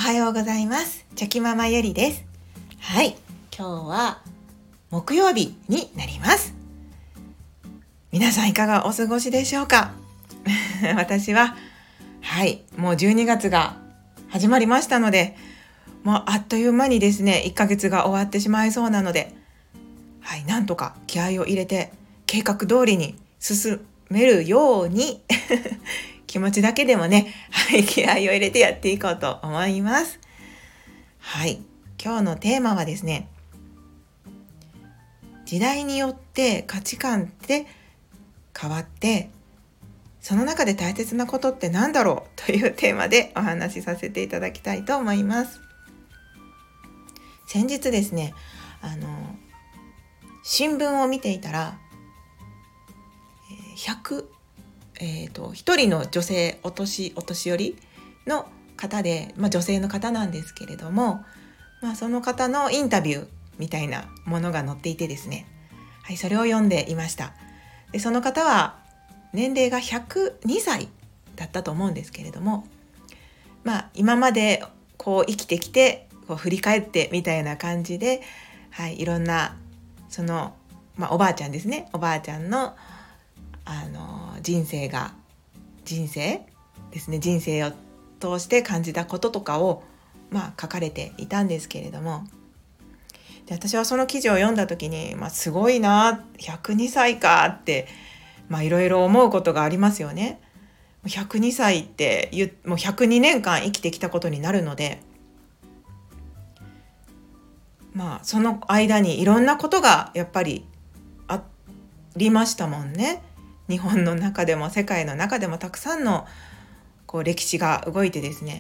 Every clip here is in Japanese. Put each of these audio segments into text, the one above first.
はようございます。チョキママゆりです。はい、今日は木曜日になります。皆さんいかがお過ごしでしょうか？私はもう12月が始まりましたので、もうあっという間にですね1ヶ月が終わってしまいそうなので、なんとか気合を入れて計画通りに進めるように気持ちだけでもね、気合を入れてやっていこうと思います。今日のテーマはですね、時代によって価値観って変わって、その中で大切なことって何だろうというテーマでお話しさせていただきたいと思います。先日ですね、新聞を見ていたら、一人の女性お年寄りの方で、女性の方なんですけれども、その方のインタビューみたいなものが載っていてですね、それを読んでいました。でその方は年齢が102歳だったと思うんですけれども、今までこう生きてきてこう振り返ってみたいな感じで、いろんなその、おばあちゃんですね、おばあちゃんの人生ですね、人生を通して感じたこととかを書かれていたんですけれども、で私はその記事を読んだ時に、すごいな、102歳かっていろいろ思うことがありますよね。102歳ってもう102年間生きてきたことになるので、その間にいろんなことがやっぱりありましたもんね。日本の中でも世界の中でもたくさんのこう歴史が動いてですね、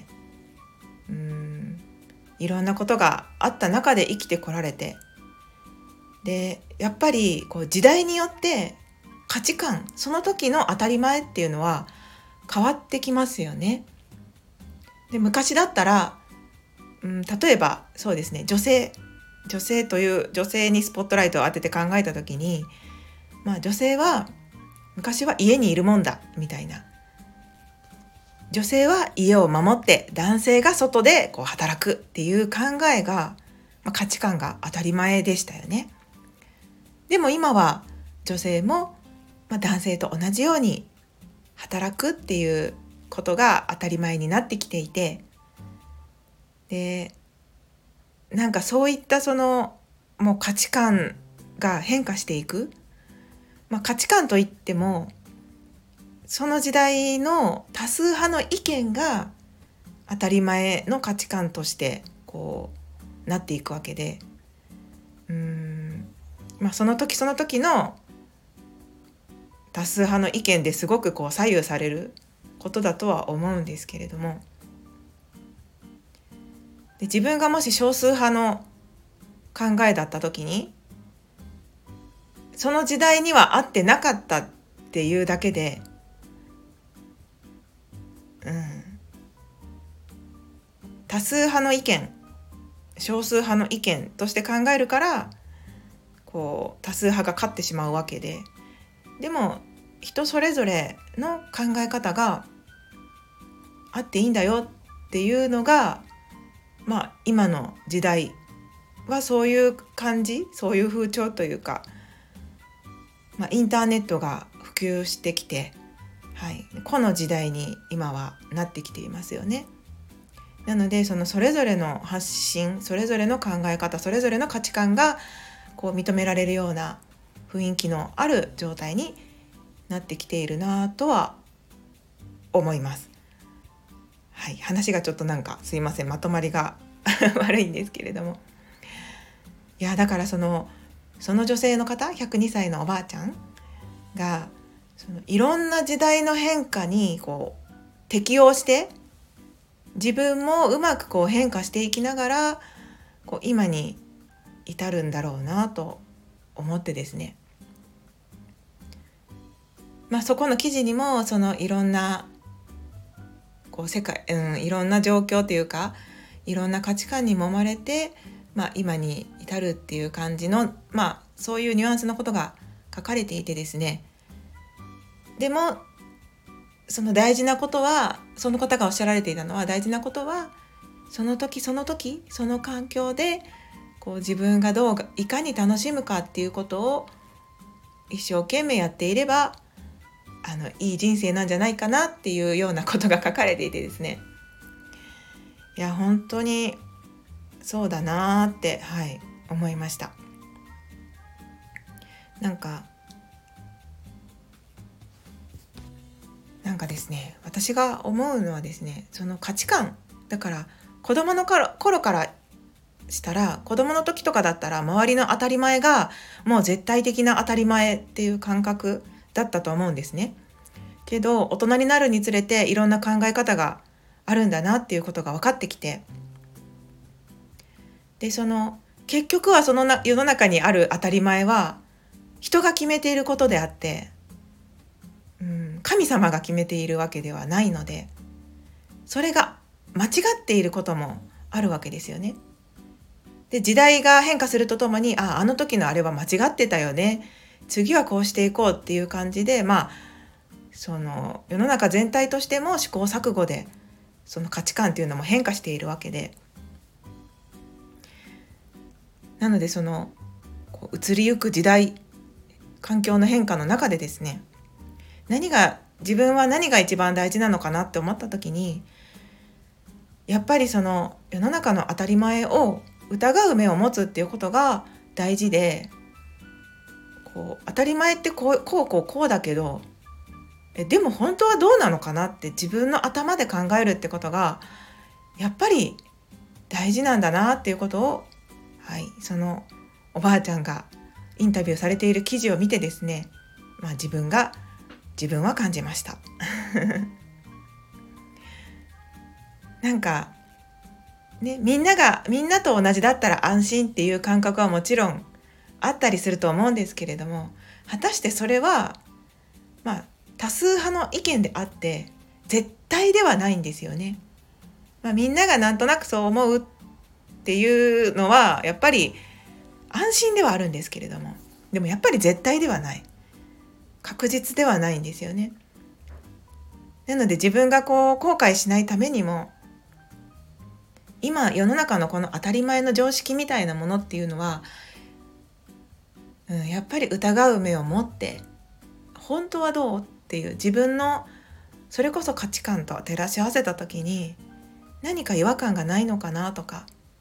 いろんなことがあった中で生きてこられて、でやっぱりこう時代によって価値観、その時の当たり前っていうのは変わってきますよね。で昔だったら、例えばそうですね、女性という女性にスポットライトを当てて考えた時に、女性は昔は家にいるもんだみたいな、女性は家を守って男性が外でこう働くっていう考えが、価値観が当たり前でしたよね。でも今は女性も、男性と同じように働くっていうことが当たり前になってきていて、でなんかそういったもう価値観が変化していく、価値観といってもその時代の多数派の意見が当たり前の価値観としてこうなっていくわけで、その時その時の多数派の意見ですごくこう左右されることだとは思うんですけれども、で自分がもし少数派の考えだった時に、その時代には合ってなかったっていうだけで、多数派の意見、少数派の意見として考えるからこう多数派が勝ってしまうわけで、でも人それぞれの考え方があっていいんだよっていうのが、今の時代はそういう感じ、そういう風潮というか、インターネットが普及してきて、この時代に今はなってきていますよね。なのでそれぞれの発信、それぞれの考え方、それぞれの価値観がこう認められるような雰囲気のある状態になってきているなとは思います。話がちょっとすいません、まとまりが悪いんですけれども、だからその女性の方、102歳のおばあちゃんがいろんな時代の変化にこう適応して、自分もうまくこう変化していきながらこう今に至るんだろうなと思ってですね、そこの記事にもいろんなこう世界、いろんな状況というかいろんな価値観に揉まれて、今に至るっていう感じの、そういうニュアンスのことが書かれていてですね、でもその大事なことは、その方がおっしゃられていたのは、大事なことはその時その時その環境でこう自分がいかに楽しむかっていうことを一生懸命やっていればいい人生なんじゃないかなっていうようなことが書かれていてですね、いや本当にそうだなって、思いました。なんかですね、私が思うのはですね、その価値観だから、子供の頃からしたら、子供の時とかだったら周りの当たり前がもう絶対的な当たり前っていう感覚だったと思うんですね。けど大人になるにつれていろんな考え方があるんだなっていうことが分かってきて、で結局はその世の中にある当たり前は人が決めていることであって、神様が決めているわけではないので、それが間違っていることもあるわけですよね。で時代が変化するとともに、あの時のあれは間違ってたよね、次はこうしていこうっていう感じで、その世の中全体としても試行錯誤でその価値観っていうのも変化しているわけで、なので移りゆく時代環境の変化の中でですね、自分は何が一番大事なのかなって思った時に、やっぱりその世の中の当たり前を疑う目を持つっていうことが大事で、当たり前ってこうだけど、でも本当はどうなのかなって自分の頭で考えるってことがやっぱり大事なんだなっていうことを、そのおばあちゃんがインタビューされている記事を見てですね、自分は感じましたなんかね、みんなと同じだったら安心っていう感覚はもちろんあったりすると思うんですけれども、果たしてそれは多数派の意見であって絶対ではないんですよね。みんながなんとなくそう思うっていうのはやっぱり安心ではあるんですけれども、でもやっぱり絶対ではない、確実ではないんですよね。なので自分が後悔しないためにも、今世の中のこの当たり前の常識みたいなものっていうのは、やっぱり疑う目を持って、本当はどうっていう自分のそれこそ価値観と照らし合わせた時に何か違和感がないのかなとか、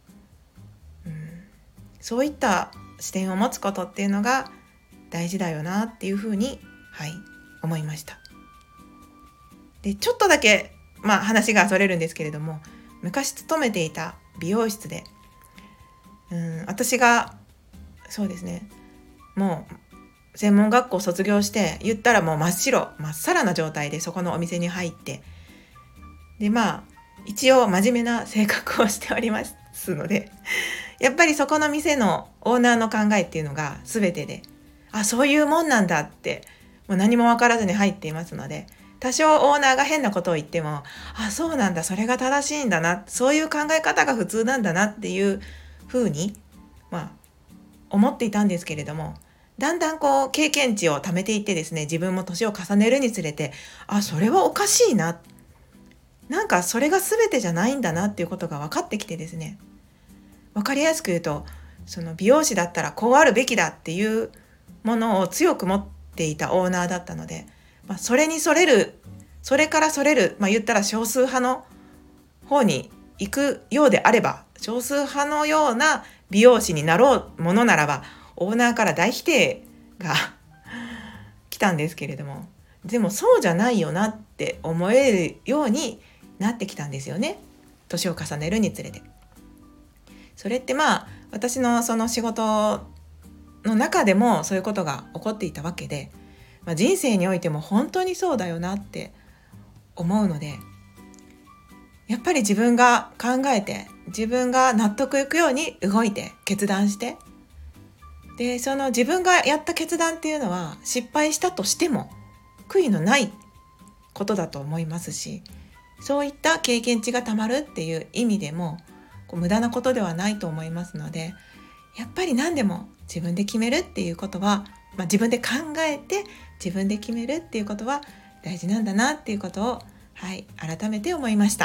そういった視点を持つことっていうのが大事だよなっていうふうに、思いました。でちょっとだけ、話がそれるんですけれども、昔勤めていた美容室で、私がそうですね、もう専門学校卒業して言ったらもうまっさらな状態でそこのお店に入って、で一応真面目な性格をしておりますので、やっぱりそこの店のオーナーの考えっていうのが全てで、そういうもんなんだってもう何も分からずに入っていますので、多少オーナーが変なことを言っても、そうなんだ、それが正しいんだな、そういう考え方が普通なんだなっていうふうに思っていたんですけれども、だんだん経験値を貯めていってですね、自分も年を重ねるにつれて、それはおかしいな、なんかそれが全てじゃないんだなっていうことが分かってきてですね、分かりやすく言うと、その美容師だったらこうあるべきだっていうものを強く持っていたオーナーだったので、それからそれる、言ったら少数派の方に行くようであれば、少数派のような美容師になろうものならば、オーナーから大否定が来たんですけれども、でもそうじゃないよなって思えるようになってきたんですよね、年を重ねるにつれて。それって私のその仕事の中でもそういうことが起こっていたわけで、人生においても本当にそうだよなって思うので、やっぱり自分が考えて、自分が納得いくように動いて決断して、でその自分がやった決断っていうのは失敗したとしても悔いのないことだと思いますし、そういった経験値がたまるっていう意味でも無駄なことではないと思いますので、やっぱり何でも自分で決めるっていうことは、自分で考えて自分で決めるっていうことは大事なんだなっていうことを、改めて思いました。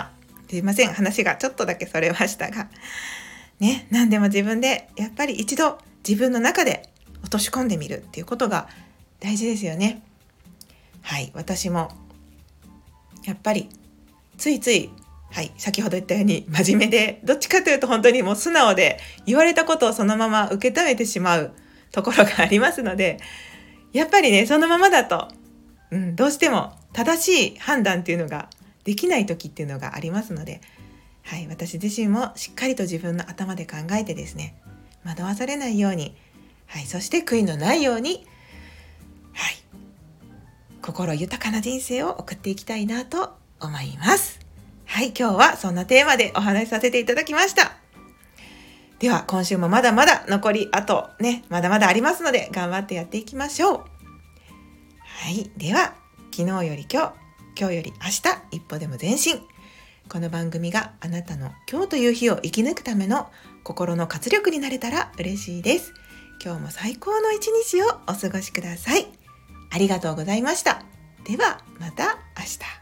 すいません、話がちょっとだけそれましたがね、何でも自分でやっぱり一度自分の中で落とし込んでみるっていうことが大事ですよね。はい、私もやっぱりついつい、はい、先ほど言ったように真面目で、どっちかというと本当にもう素直で、言われたことをそのまま受け止めてしまうところがありますので、やっぱりね、そのままだと、どうしても正しい判断っていうのができない時っていうのがありますので、はい、私自身もしっかりと自分の頭で考えてですね、惑わされないように、はい、そして悔いのないように、はい、心豊かな人生を送っていきたいなと思います。はい、今日はそんなテーマでお話しさせていただきました。では今週もまだまだ残りあとね、まだまだありますので頑張ってやっていきましょう。はい、では昨日より今日より明日、一歩でも前進。この番組があなたの今日という日を生き抜くための心の活力になれたら嬉しいです。今日も最高の一日をお過ごしください。ありがとうございました。ではまた明日。